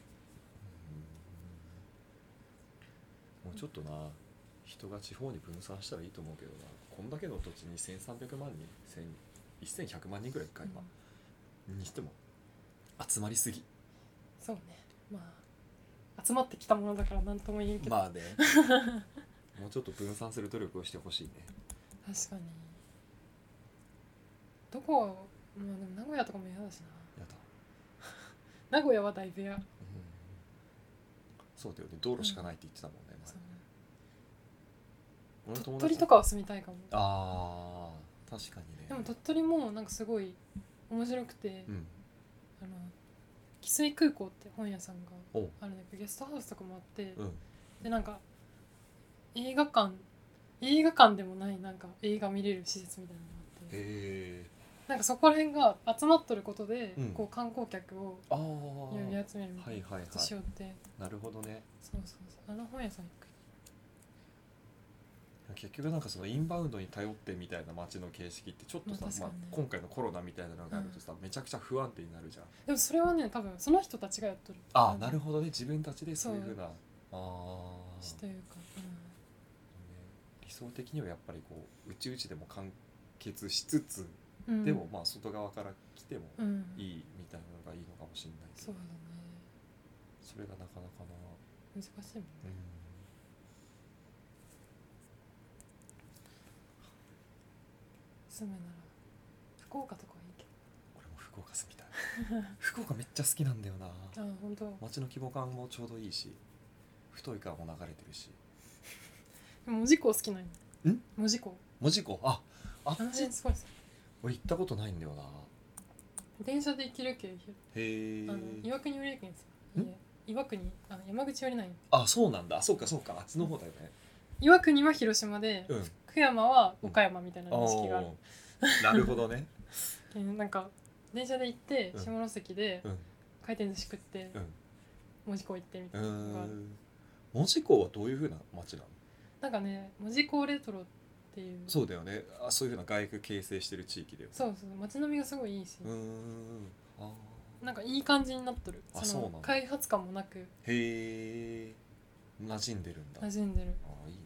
うん、もうちょっとな人が地方に分散したらいいと思うけどな。こんだけの土地にせんさんびゃくまんにんせんひゃくまんにんぐらいか今、うん、にしても集まりすぎ。 そうね、まあ集まってきたものだから何とも言えんけど、 まあねもうちょっと分散する努力をしてほしいね。 確かに。どこは、まあ、でも名古屋とかも嫌だしな。 嫌だ名古屋はだいぶ嫌、うん、 そうだよね。道路しかないって言ってたもんね、 うん、鳥取とかは住みたいかも。 あー確かにね。 でも鳥取もなんかすごい面白くて、うん、あの汽水空港って本屋さんがあるんだけどゲストハウスとかもあって、うん、でなんか映画館映画館でもないなんか映画見れる施設みたいなのがあって、へなんかそこら辺が集まっとることで、うん、こう観光客を呼び集めるみたいなことしようって、はいはいはい、なるほどね。 そうそうそう、あの本屋さん行く。 結局なんかそのインバウンドに頼ってみたいな街の形式ってちょっとさ、まあね、まあ、今回のコロナみたいなのがあるとさ、うん、めちゃくちゃ不安定になるじゃん。 でもそれはね多分その人たちがやっとる。 ああなるほどね。自分たちでそういうふうなあしというか、うんね、 理想的にはやっぱりこううちうちでも完結しつつ、うん、でもまあ外側から来てもいいみたいなのがいいのかもしれないけど、 そうだね。 それがなかなかな難しいもんね、うん住むなら福岡とかはいいけど。 俺も福岡住みたい福岡めっちゃ好きなんだよな。あ本当。 街の規模感もちょうどいいし太い川も流れてるし。 門司港好きなんや。ん門司港門司港ああっちすごいです。 俺行ったことないんだよな。 電車で行けるけど。へえ。岩国寄りやけんさ。岩国あの山口寄りない。 あそうなんだ。そうかそうかあっちの方だよね。 岩国は広島で、うん、福山は岡山みたいな認識がある、 うん、なるほどねなんか電車で行って下関で回転寿司食って、うん、門司港行ってみたいなのがある。 門司港はどういう風な街なの？ なんかね門司港レトロっていう。 そうだよね。あそういう風な外区形成してる地域だよね。 そうそう街並みがすごいいいし、 うーんあなんかいい感じになっとる。 あそうなんだ。 開発感もなくへえ馴染んでるんだ。 馴染んでる。 あいいね。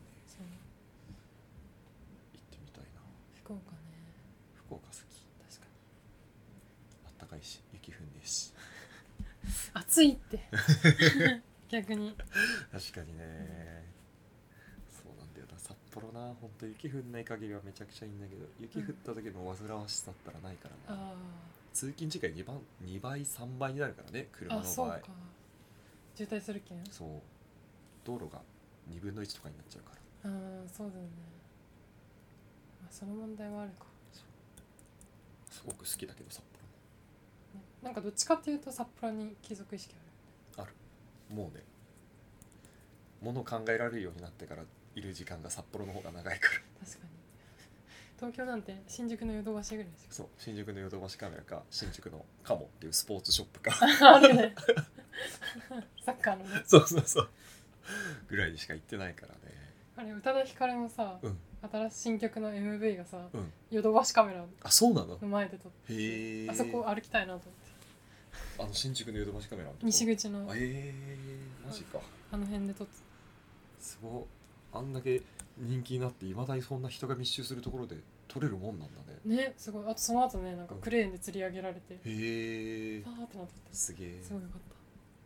行ってみたいな。 福岡ね。 福岡好き。 確かに。 あったかいし雪降んねえし暑いって逆に確かにね、うん、そうなんだよな。札幌なほんと雪降んない限りはめちゃくちゃいいんだけど雪降った時の煩わしさったらないからな、うん、あ通勤時間にばいにばいさんばいになるからね車の場合。あそうか渋滞するけん。 そう道路がにぶんのいちとかになっちゃうから。 ああそうだよね、まあ、その問題はあるか。 すごく好きだけど札幌、ね、なんかどっちかっていうと札幌に貴族意識ある。あるもうね物を考えられるようになってからいる時間が札幌の方が長いから。 確かに東京なんて新宿のヨドバシぐらいですよ。 そう新宿のヨドバシカメラか新宿のカモっていうスポーツショップかあるねサッカーのね。 そうそうそうぐらいにしか行ってないからね。 あれ宇多田ヒカルもさ、 うん、 新しい新曲の エムブイ がさ、 うん、 ヨドバシカメラあそうなのの前で撮って、 へえあそこ歩きたいなと思って、 あの新宿のヨドバシカメラのとこ西口のあえー、マジかあの辺で撮って、 すごいあんだけ人気になっていまだにそんな人が密集するところで撮れるもんなんだね。 ね、すごい。あとその後ね、なんかクレーンで釣り上げられて、 うん、へえパーってなってて、 すげえすごいよかった。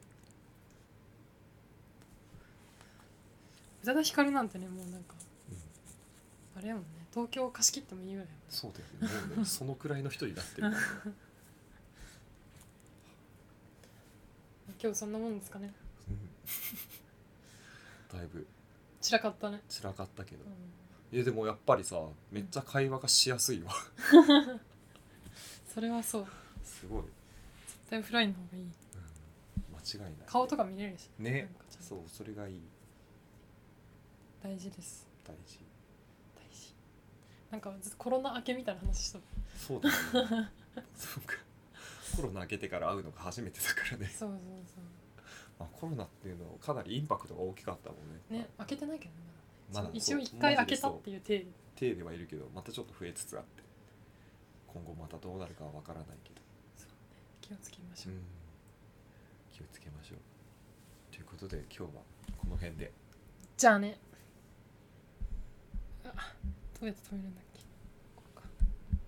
宇多田ヒカルなんてね、もうなんか、うん、あれやもんね、東京を貸し切ってもいいぐらいやもんね。 そうだよね、もうねそのくらいの人になってる今日そんなもんですかね。 だいぶ散らかったね。 散らかったけど、 うん、 いやでもやっぱりさめっちゃ会話がしやすいわそれはそう、 すごい絶対オフラインの方がいい、うん、 間違いない顔とか見れるしね、そうそれがいい、 大事です、 大事大事。なんかずっとコロナ明けみたいな話しとる。 そうだよねそうかコロナ明けてから会うのが初めてだからね。 そうそうそう、 まあ、コロナっていうのかなりインパクトが大きかったもんね。 ね、開けてないけどね、 まだ一応一回開けたっていう体体ではいるけど、またちょっと増えつつあって、今後またどうなるかは分からないけど、 そうね、気をつけましょう、うん、 気をつけましょうということで今日はこの辺で、 じゃあね。あ、どうやって止めるんだっけ。